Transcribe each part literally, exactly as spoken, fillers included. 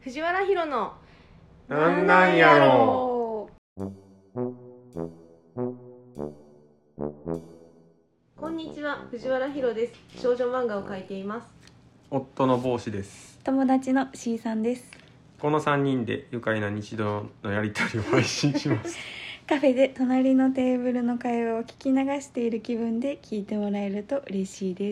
藤原ヒロのなんなんやろこんにちは、藤原ヒロです。少女漫画を描いています。 夫の帽子です。 友達の C さんです。 このさんにんで愉快な日常のやり取りを配信しますカフェで隣のテーブルの会話を聞き流している気分で聞いてもらえると嬉しいです。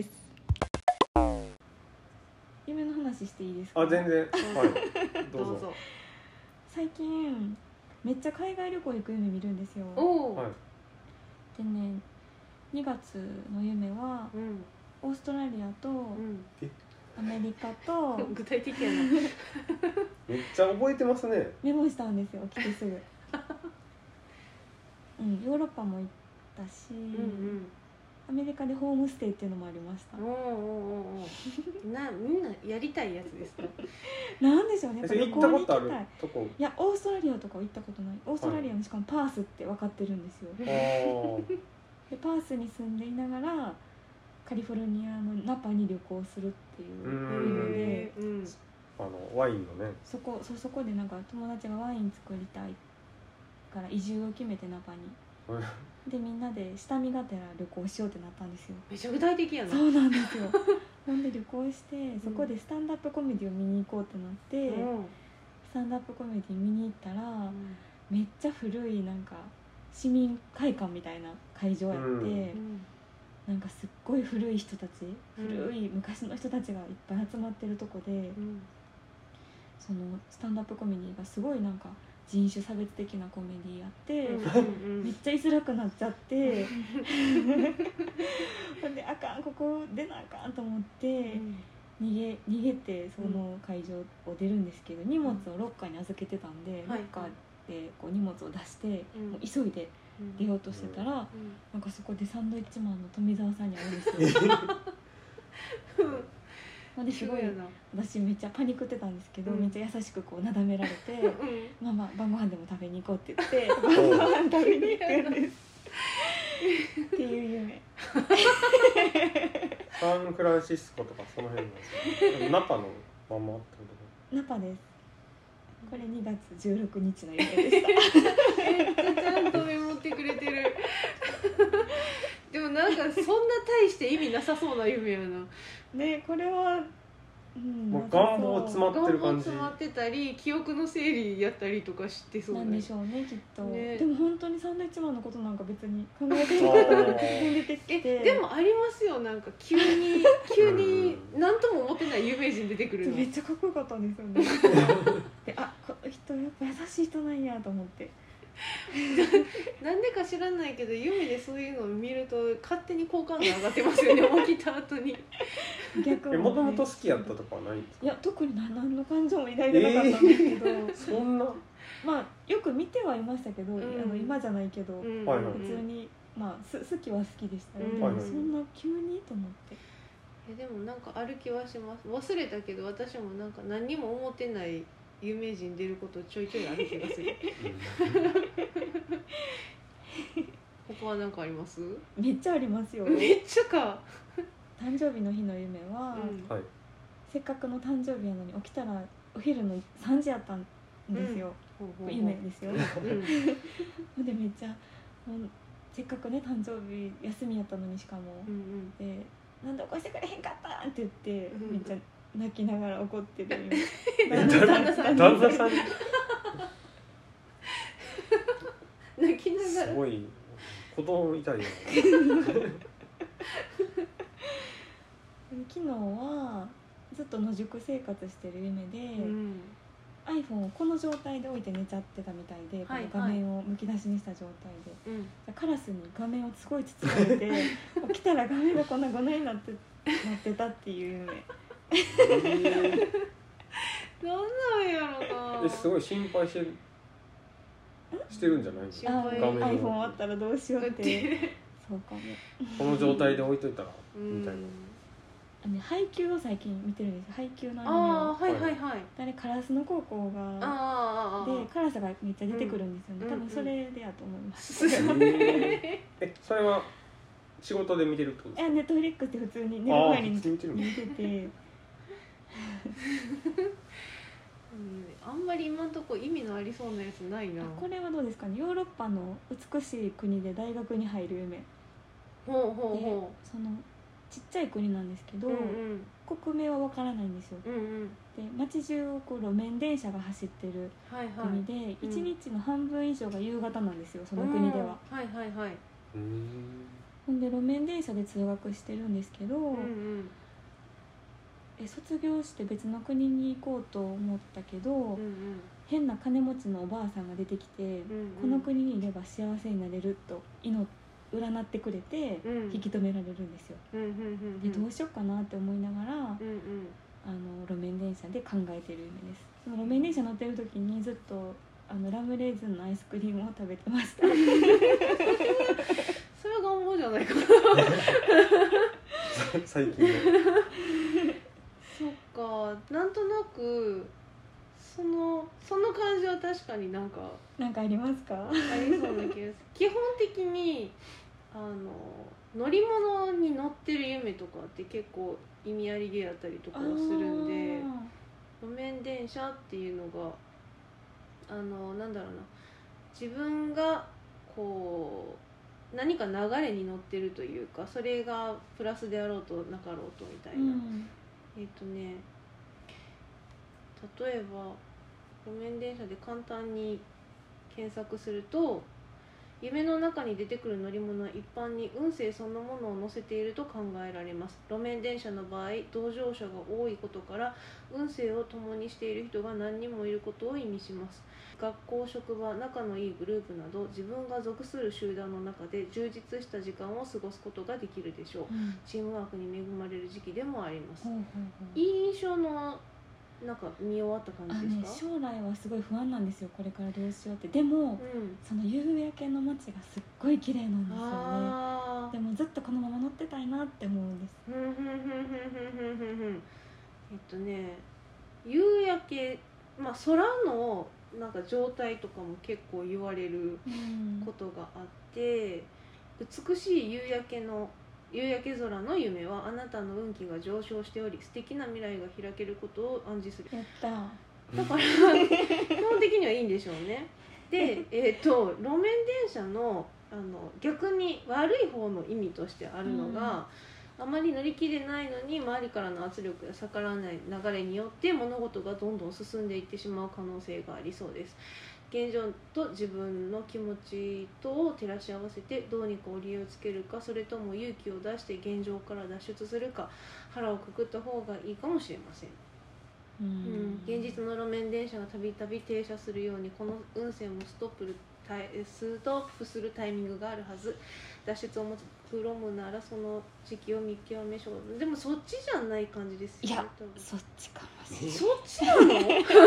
夢の話していいですか？ あ、全然、はい、どうぞ。 どうぞ。 最近めっちゃ海外旅行行く夢見るんですよ。 おー、 はい、 でね、にがつの夢はうん、 オーストラリアとうんアメリカと具体的やなめっちゃ覚えてますね。 メモしたんですよ、来てすぐうん、ヨーロッパも行ったし、 うんアメリカでホームステイっていうのもありました。 うん、おーおーおーな、みんなやりたいやつですか？ なんでしょうね、やっぱえ、 旅行ったこ行に行きたい。 とあるとこ？ いや、オーストラリアとかは行ったことない。オーストラリアのしかもパースって分かってるんですよ。 あでパースに住んでいながらカリフォルニアのナパに旅行するっていう夢で、 へー、うん、 あのワインのね。 そこ そ, そこでなんか友達がワイン作りたいから移住を決めてナパにでみんなで下見がてら旅行しようってなったんですよ。 めっちゃ具体的やな。 そうなんですよほんで旅行してそこでスタンダップコメディを見に行こうってなって、 うんスタンダップコメディ見に行ったら、 うんめっちゃ古いなんか市民会館みたいな会場やって、 うんうんなんかすっごい古い人たち、 うん古い昔の人たちがいっぱい集まってるとこで、 うんそのスタンダップコメディがすごいなんか人種差別的なコメディやって、 うんめっちゃ居づらくなっちゃってほんであかん、ここ出なあかんと思って逃げ逃げてその会場を出るんですけど、荷物をロッカーに預けてたんで、ロッカーでこう荷物を出して、 うんもう急いで出ようとしてたら、 うんなんかそこでサンドイッチマンの富澤さんに会うんですよほんですごいすごいな。 私めっちゃパニックってたんですけど、 うんめっちゃ優しくこうなだめられてうんまあまあ晩ご飯でも食べに行こうって言って晩ご飯食べに行くんですっていう夢サンフランシスコとかその辺なんですよナパのままってこナパです。これにがつじゅうろくにちの夢でしためっちゃちゃんとメモってくれてるでもなんかそんな大して意味なさそうな夢やな。 ね、これは、うん、 もうなさそう願望詰まってる感じ願望詰まってたり記憶の整理やったりとかしてそうなんでしょうね、きっと、 ねでも本当にサンドイッチマンのことなんか別に考えてなかったのに突然出てきえて、 でもありますよ、なんか急に急に何とも思ってない有名人出てくるの。 めっちゃかっこよかったんですよねで、あ、この人やっぱ優しい人なんやと思ってなんでか知らないけど夢でそういうのを見ると勝手に好感が上がってますよね起きた後に。 逆と。もともと好きやったとかはないんですか？ いや、特に何の感情も抱いてなかったんですけど、 えー、そんな、 まあよく見てはいましたけど、 うん、 あの今じゃないけど、 うんはいはい普通に、まあ、す好きは好きでしたよ、 うんでもそんな急にと思ってえでもなんかある気はします。忘れたけど私もなんか何にも思ってない有名人出ることちょいちょいある気がする他は何かあります？ めっちゃありますよ。 めっちゃか。 誕生日の日の夢は、 うんはい、 せっかくの誕生日やのに起きたらお昼のさんじやったんですよ、 ほうほうほう夢ですようんほんでめっちゃもうせっかくね誕生日休みやったのにしかも、 うんでなんで起こしてくれへんかったんって言って、 うんめっちゃ泣きながら怒ってる旦夢那さん旦那さん泣きながらすごい子供みたいな昨日はずっと野宿生活してる夢で、 うん iPhone をこの状態で置いて寝ちゃってたみたいで、 はいこの画面をむき出しにした状態で、 うんカラスに画面をすごい包まれて起きたら画面がこんなごねになってなってたっていう夢えー、 なんなんやろな。 えすごい心配してるしてるんじゃないの？ 心あ配画面を iPhone あったらどうしようってそうかも。 この状態で置いといたらうんみたいな。 あのね、配給を最近見てるんです。配給のアニメあを。 あはいはいはい。 あれカラスの高校がああああでカラスがめっちゃ出てくるんですよね、 うん多分それでやと思います、 うんいえーえそれは仕事で見てるってことですか？ やネットフリックスで普通に寝る前にあー普通に見てるの見ててうんまり今のところ意味のありそうなやつないな。 これはどうですかね。ヨーロッパの美しい国で大学に入る夢。 ほうほうほう。そのちっちゃい国なんですけど、 うんうん、 国名はわからないんですよ。 うんうん、 で街中をこう路面電車が走ってる国で、はいはい、いちにちの半分以上が夕方なんですよ、その国では。 はいはいはい。 ほんで路面電車で通学してるんですけど、うんうん、え卒業して別の国に行こうと思ったけど、うんうん、変な金持ちのおばあさんが出てきて、うんうん、この国にいれば幸せになれると祈占ってくれて引き止められるんですよ、うんうんうんうん、でどうしようかなって思いながら、うんうん、あの路面電車で考えてる夢です。その路面電車乗ってる時にずっとあのラムレーズンのアイスクリームを食べてましたそれは願望じゃないかな最近のそっか、なんとなくそのその感じは確かになんかなんかありますか？ ありそうな気がする基本的にあの乗り物に乗ってる夢とかって結構意味ありげやったりとかはするんで、路面電車っていうのがあのなんだろうな、自分がこう何か流れに乗ってるというか、それがプラスであろうとなかろうとみたいな、うん、えっとね例えば路面電車で簡単に検索すると、夢の中に出てくる乗り物は一般に運勢そのものを乗せていると考えられます。路面電車の場合、同乗者が多いことから運勢を共にしている人が何人もいることを意味します。学校、職場、仲のいいグループなど自分が属する集団の中で充実した時間を過ごすことができるでしょう、うん、チームワークに恵まれる時期でもあります、うんうんうん、いい印象のなんか見終わった感じですか？ あ、ね、将来はすごい不安なんですよ、これからどうしようって。でも、うん、その夕焼けの街がすっごい綺麗なんですよね。でもずっとこのまま乗ってたいなって思うんです。 ふんふんふんふんふんふんふん。えっとね夕焼け、まあ、空のなんか状態とかも結構言われることがあって、うん、美しい夕焼けの夕焼け空の夢はあなたの運気が上昇しており素敵な未来が開けることを暗示する。 やっただから基本的にはいいんでしょうね。で、えー、と路面電車の、あの逆に悪い方の意味としてあるのが、うん、あまり乗り切れないのに周りからの圧力や逆らわない流れによって物事がどんどん進んでいってしまう可能性がありそうです。現状と自分の気持ちとを照らし合わせてどうにか折り合いをつけるか、それとも勇気を出して現状から脱出するか、腹をくくった方がいいかもしれません。うん、現実の路面電車がたびたび停車するようにこの運勢もストップるストップするタイミングがあるはず。脱出をもくろむならその時期を見極めましょう。でもそっちじゃない感じですよね。 いやそっちかもしれない。 そっちなの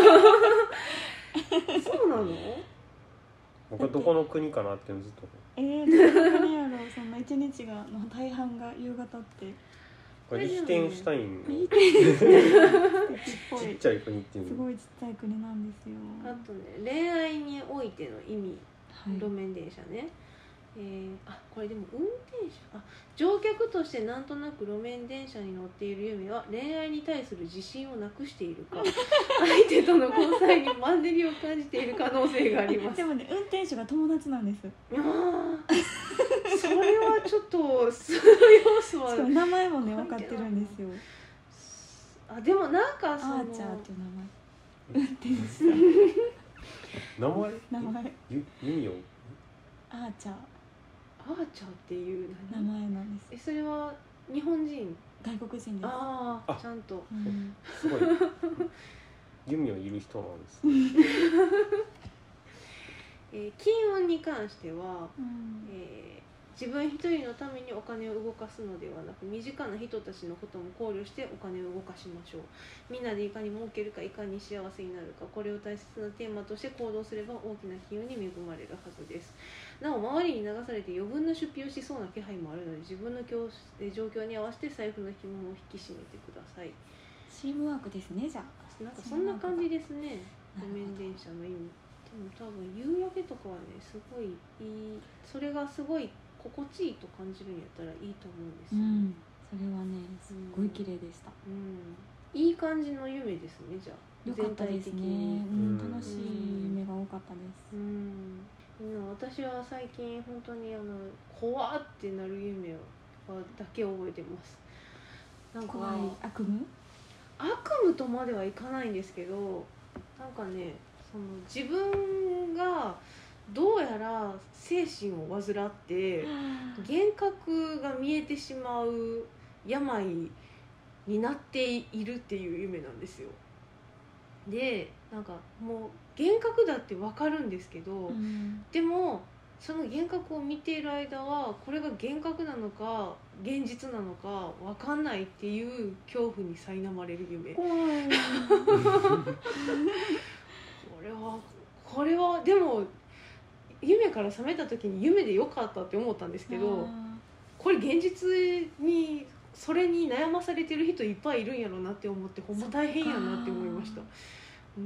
そうなの？ 僕はどこの国かなってずっとえー、どこの国やろう。そんな一日がの大半が夕方ってこれリヒテンシュタインのちっちゃい国っていうすごいちっちゃい国なんですよ。 あとね恋愛においての意味、はい、路面電車ね、えー、あこれでも運転手あ乗客としてなんとなく路面電車に乗っている夢は恋愛に対する自信をなくしているか相手との交際にマンネリを感じている可能性があります。 でもね運転手が友達なんです。 あそれはちょっとその要素はしかも名前もね分かってるんですよ。 あでもなんかそのアーチャーっていう名前運転手さん名前名前ゆ弓をアーチャーアーチャーっていう名前なんです。 えそれは日本人？ 外国人です。 ああちゃんと、 うん、すごい弓をいる人なんです、 えー、金運に関しては、うんえー自分一人のためにお金を動かすのではなく身近な人たちのことも考慮してお金を動かしましょう。みんなでいかに儲けるかいかに幸せになるか、これを大切なテーマとして行動すれば大きな金運に恵まれるはずです。なお周りに流されて余分な出費をしそうな気配もあるので自分の状況に合わせて財布の紐を引き締めてください。 チームワークですね。じゃあなんかそんな感じですね。路面電車の意味でも多分夕焼けとかはねすごいいい、それがすごい心地いいと感じるんやったらいいと思うんですよ、ねうん、それはねすっごい綺麗でした、 うんうん、いい感じの夢ですね。じゃあよかったですね、うん、楽しい夢が多かったです。 うん、私は最近本当にあの怖ってなる夢はだけ覚えてます。なんか怖い悪夢悪夢とまではいかないんですけど、なんかね、その自分がどうやら精神を患って幻覚が見えてしまう病になっているっていう夢なんですよ。で、なんかもう幻覚だって分かるんですけど、うん、でもその幻覚を見ている間はこれが幻覚なのか現実なのか分かんないっていう恐怖に苛まれる夢。これはこれはでも夢から覚めた時に夢でよかったって思ったんですけど、これ現実にそれに悩まされてる人いっぱいいるんやろなって思って、ほんま大変やなって思いました。うん、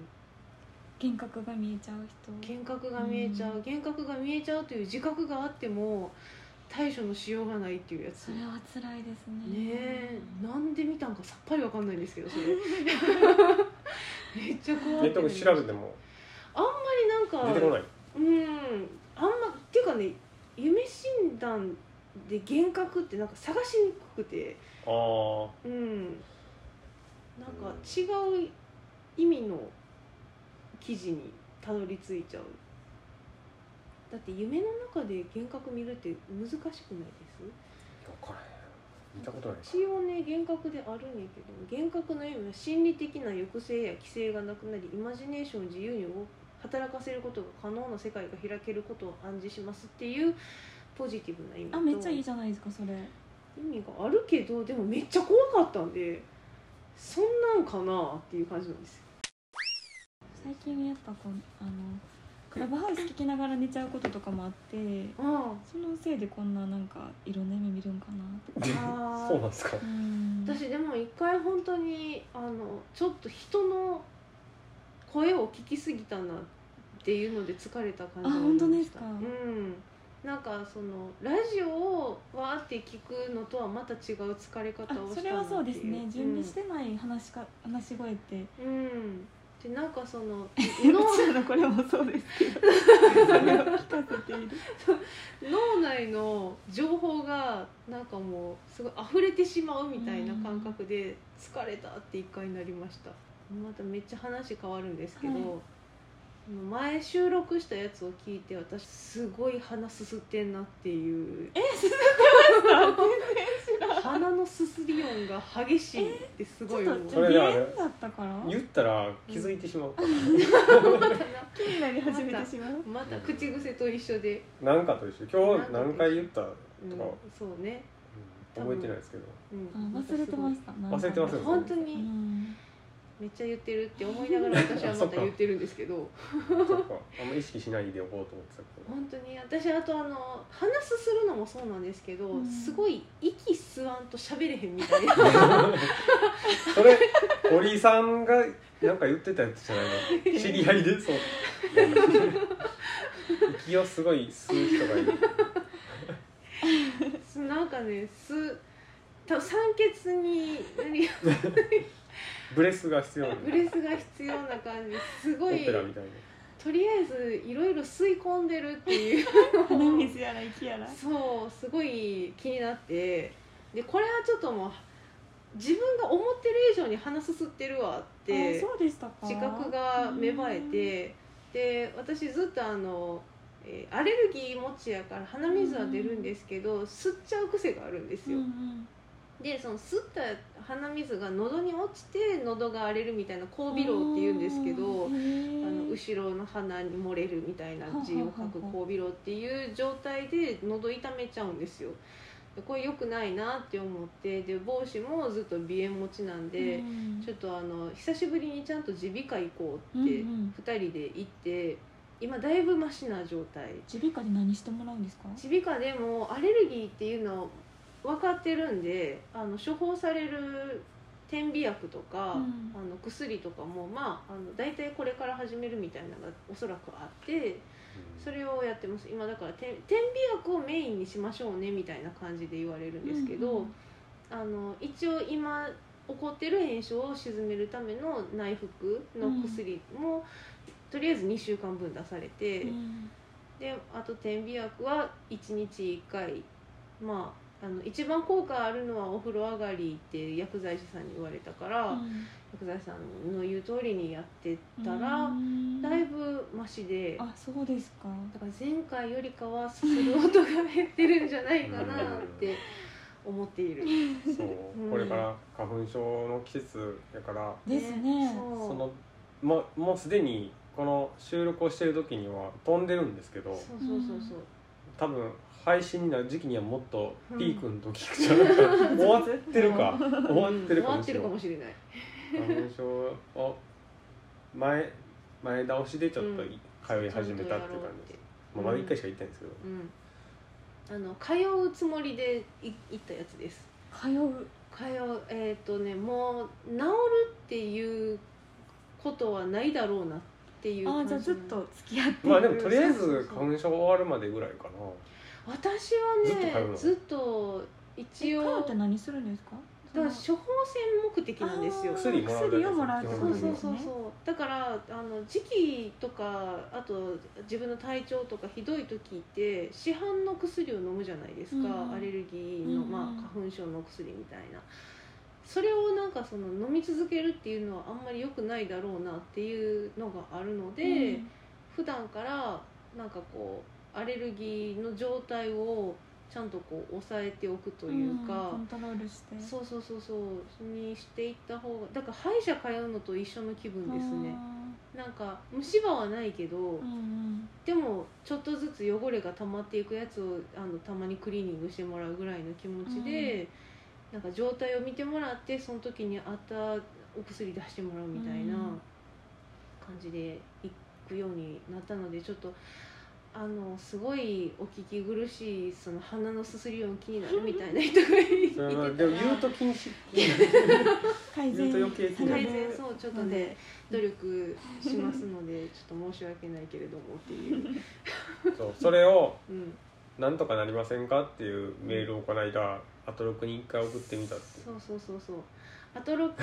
幻覚が見えちゃう人幻覚が見えちゃう、うん、幻覚が見えちゃうという自覚があっても対処のしようがないっていうやつ。 それは辛いですね。 ねえ、なんで見たんかさっぱりわかんないんですけど、それめっちゃ怖い。 ネットで調べてもあんまりなんか出てこない。 うん、あんまっていうかね、夢診断で幻覚ってなんか探しにくくて、 ああ、 うん、なんか違う意味の記事にたどり着いちゃう。だって夢の中で幻覚見るって難しくないです？ 分からへん、見たことない。 一応ね、幻覚であるんやけど、幻覚の意味は心理的な抑制や規制がなくなり、イマジネーションを自由に働かせることが可能な世界が開けることを暗示しますっていうポジティブな意味と、 あ、めっちゃいいじゃないですかそれ。 意味があるけど、でもめっちゃ怖かったんで、そんなんかなっていう感じなんですよ。 最近やっぱこうあのクラブハウス聞きながら寝ちゃうこととかもあって、ああ、そのせいでこんななんかいろんな夢見るんかなって。 あそうなんですか。 うん、私でも一回本当にあのちょっと人の声を聞きすぎたなっていうので疲れた感じがありました。あ、 本当ですか。 うん、なんかそのラジオをわーって聞くのとはまた違う疲れ方をしたなっていう。 それはそうですね、準備してない話しか、うん、話し声って、 うん、でなんかその脳のこれもそうですけどそれを聞かせている脳内の情報がなんかもうすごい溢れてしまうみたいな感覚で疲れたって一回なりました。まためっちゃ話変わるんですけど、はい、前収録したやつを聞いて、私すごい鼻すすってんなっていう。 え、すすってました？全然知らん。 鼻のすすり音が激しいってすごい思う。 それだったから言ったら気づいてしまうから、うん、 気になり始めてしまう。 また、また口癖と一緒で、 なんかと一緒。今日何回言ったとか、うん、 そうね、 うん、覚えてないですけど、 うん、忘れてました。 忘れてますよね。 本当に、うん、めっちゃ言ってるって思いながら私はまた言ってるんですけどそっか、あんま意識しないでおこうと思ってたけど、 本当に私、あとあの話すするのもそうなんですけど、うん、すごい息吸わんと喋れへんみたいなそれ堀井さんがなんか言ってたやつじゃないの？知り合いでそう息をすごい吸う人がいるなんかね、吸た酸欠にブレスが必要なブレスが必要な感じ、すごいオペラみたいな。 とりあえずいろいろ吸い込んでるっていう鼻水やら息やら、 そうすごい気になって、でこれはちょっともう自分が思ってる以上に鼻すすってるわって自覚が芽生えて、で私ずっとあの、えー、アレルギー持ちやから鼻水は出るんですけど、吸っちゃう癖があるんですよ、うんうん、でその吸った鼻水が喉に落ちて喉が荒れるみたいな後鼻漏っていうんですけど、あの後ろの鼻に漏れるみたいな字を書く後鼻漏っていう状態で喉痛めちゃうんですよ。これ良くないなって思って、で帽子もずっと鼻炎持ちなんで、うん、ちょっとあの久しぶりにちゃんと耳鼻科行こうってふたりで行って、今だいぶマシな状態。 耳鼻科で何してもらうんですか？ 耳鼻科でもアレルギーっていうの分かってるんで、あの処方される点鼻薬とか、うん、あの薬とかも、まあ、あの大体これから始めるみたいなのがおそらくあって、それをやってます。今だから点鼻薬をメインにしましょうねみたいな感じで言われるんですけど、うんうん、あの一応今起こってる炎症を鎮めるための内服の薬も、うん、とりあえずにしゅうかんぶん出されて、うん、であと点鼻薬はいちにちいっかい、まあ、あの一番効果あるのはお風呂上がりって薬剤師さんに言われたから、うん、薬剤師さんの言う通りにやってたら、うん、だいぶマシで、 あ、そうですか。 だから前回よりかはすする音が減ってるんじゃないかなって思っている。 そう、うん、これから花粉症の季節やからですね。 そのももうすでにこの収録をしてる時には飛んでるんですけど、 そうそうそうそう、 多分配信になる時期にはもっとピークの時じゃなくて、うん、終わってるか終わってるかもしれない。花粉症を前前倒しでちょっと通い始めたっていう感じです。うん、まあまだいっかいしか行ってないんですけど、 うん、あの通うつもりで行ったやつです。 通う通うえっ、ー、とねもう治るっていうことはないだろうなっていう感じ。 あ、じゃあずっと付き合ってまあでもとりあえず花粉症終わるまでぐらいかな。 私はねずっと一応通って何するんですか？ だから処方箋目的なんですよ。 薬もらうだけです。 薬をもらうってことですね。 そうそうそうそう。だからあの時期とかあと自分の体調とかひどい時って市販の薬を飲むじゃないですか。うん、アレルギーの、まあ、花粉症の薬みたいな。それをなんかその飲み続けるっていうのはあんまり良くないだろうなっていうのがあるので、うん、普段からなんかこうアレルギーの状態をちゃんとこう抑えておくというか、 うん、コントロールしてそうそうそうそうにしていった方が、だから歯医者通うのと一緒の気分ですね。なんか虫歯はないけど、うんうん、でもちょっとずつ汚れが溜まっていくやつをあのたまにクリーニングしてもらうぐらいの気持ちで、うん、なんか状態を見てもらってその時に合ったお薬出してもらうみたいな感じでいくようになったので、ちょっとあのすごいお聞き苦しいその鼻のすすり音気になるみたいな人がいてたら、 でも言うと禁止改善言うと余計気になる。 改善そうちょっとね努力しますのでちょっと申し訳ないけれどもっていうそうそれを、うん、なんとかなりませんかっていうメールをこの間アトロクに一回送ってみたって。 そうそうそうそうアトロク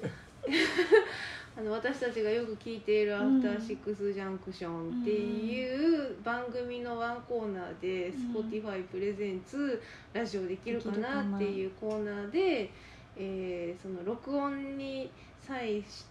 あの私たちがよく聞いているアフターシックスジャンクションっていう番組のワンコーナーで、うん、Spotify プレゼンツラジオできるかなっていうコーナーで、えー、その録音に際して、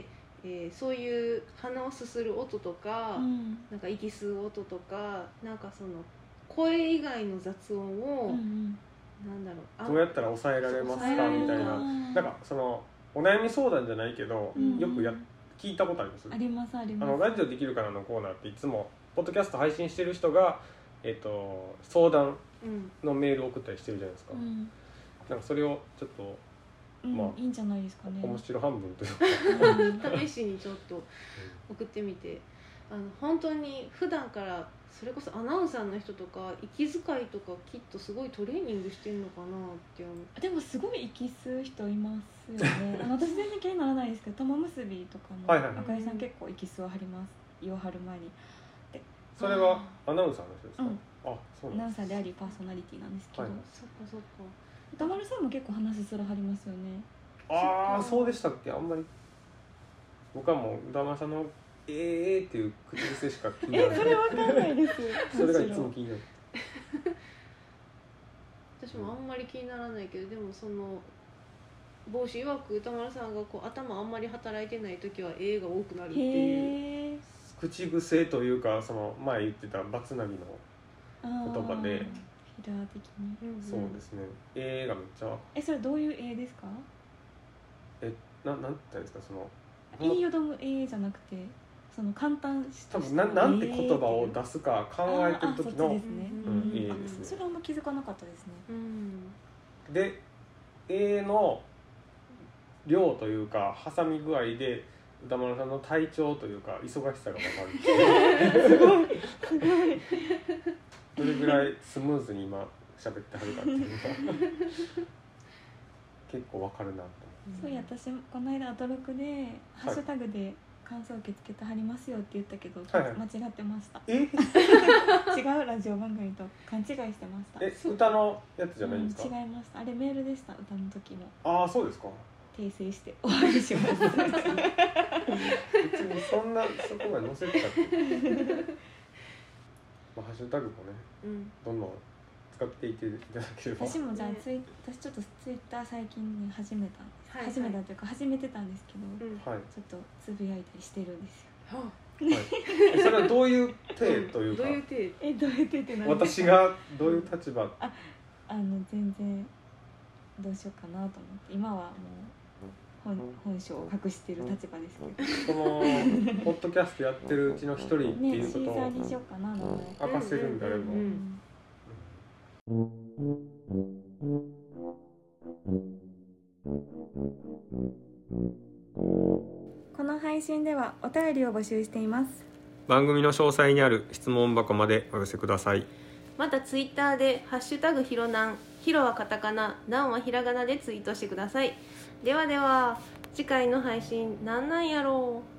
えー、そういう鼻をすする音とか、うん、なんか息吸う音とかなんかその声以外の雑音を、うん、なんだろうどうやったら抑えられますかみたいな、なんかそのお悩み相談じゃないけど、うん、よくや聞いたことあります？ ありますあります。 あのラジオできるかなのコーナーっていつもポッドキャスト配信してる人が、えー、と相談のメールを送ったりしてるじゃないですか、うん、なんかそれをちょっと、 うん、まあいいんじゃないですかね。 面白半分というか試しにちょっと送ってみて、あの本当に普段からそれこそアナウンサーの人とか息遣いとかきっとすごいトレーニングしてるのかなって思う。 でもすごい息吸う人いますよねあの私全然気にならないですけど玉結びとかの赤井さん結構息吸わはります。言わはる前にでそれはアナウンサーの人ですか？うん、あ、そうなんです。 アナウンサーでありパーソナリティなんですけど、はい、 そっかそっか。 歌丸さんも結構話すらはりますよね。 ああ、そうでしたっけ。あんまり僕はもう歌丸さんのえーっていう口癖しか気にならない。 え、それわかんないですそれがいつも気になる私もあんまり気にならないけど、でもその帽子曰く歌丸さんがこう頭あんまり働いてない時はえーが多くなるっていう口癖というか、その前言ってたバツナギの言葉でフィラー的に、 うんうん、そうですね。えーがめっちゃえ、それどういうえーですか？ え、な、なんて言うんですか、その言いよどむえーじゃなくてその簡単し多分 な, なんて言葉を出すか考えてる時の、えーですね。 それはあんま気づかなかったですね。うん、 で、えーの量というか挟み具合で歌丸さんの体調というか忙しさが分かるすごいすごいどれぐらいスムーズに今喋ってはるかっていうのが結構分かるなと思って。 そういや、私この間アトロクでハッシュタグで感想受け付けてはりますよって言ったけど、はい、間違ってました。え違うラジオ番組と勘違いしてました。 え、歌のやつじゃないんですか？ うん、違いました。あれメールでした、歌の時も。 ああ、そうですか。 訂正して終わりにします別にそんなそこまで載せてたってまあ、ハッシュタグもね、うん、どんどん使っていっていただければ。 私もじゃあツイ私ちょっとツイッター最近ね始めたんです、はいはい、始めたというか始めてたんですけど、うん、ちょっとつぶやいたりしてるんですよ、はあはい、それはどういう体というか、 どういう体えどういう体って何ですか。私がどういう立場、 ああの全然どうしようかなと思って今はもう本, 本性を隠している立場ですけど、 そのポッドキャストやってるうちの一人っていうことを、 ね、シーサーにしようかな名前明かせるんであれば、うんこの配信ではお便りを募集しています。 番組の詳細にある質問箱までお寄せください。 またツイッターでハッシュタグひろなん、ひろはカタカナ、なんはひらがなでツイートしてください。ではでは次回の配信なんなんやろう。